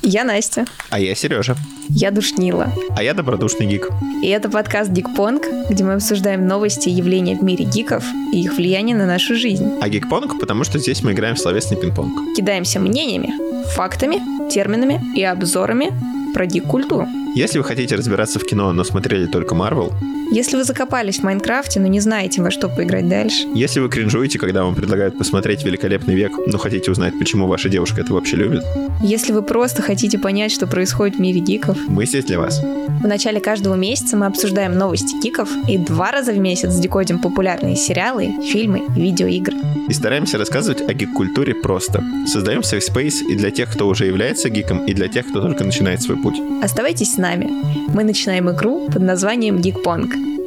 Я Настя. А я Сережа. Я Душнила. А я добродушный гик. И это подкаст Гикпонг, где мы обсуждаем новости и явления в мире гиков и их влияние на нашу жизнь. А Гикпонг, потому что здесь мы играем в словесный пинг-понг. Кидаемся мнениями, фактами, терминами и обзорами про гик-культуру. Если вы хотите разбираться в кино, но смотрели только Marvel. Если вы закопались в Майнкрафте, но не знаете, во что поиграть дальше. Если вы кринжуете, когда вам предлагают посмотреть «Великолепный век», но хотите узнать, почему ваша девушка это вообще любит. Если вы просто хотите понять, что происходит в мире гиков. Мы здесь для вас. В начале каждого месяца мы обсуждаем новости гиков и 2 раза в месяц декодим популярные сериалы, фильмы и видеоигры. И стараемся рассказывать о гик-культуре просто. Создаем safe space и для тех, кто уже является гиком, и для тех, кто только начинает свой путь. Оставайтесь с нами. Мы начинаем игру под названием Гикпонг.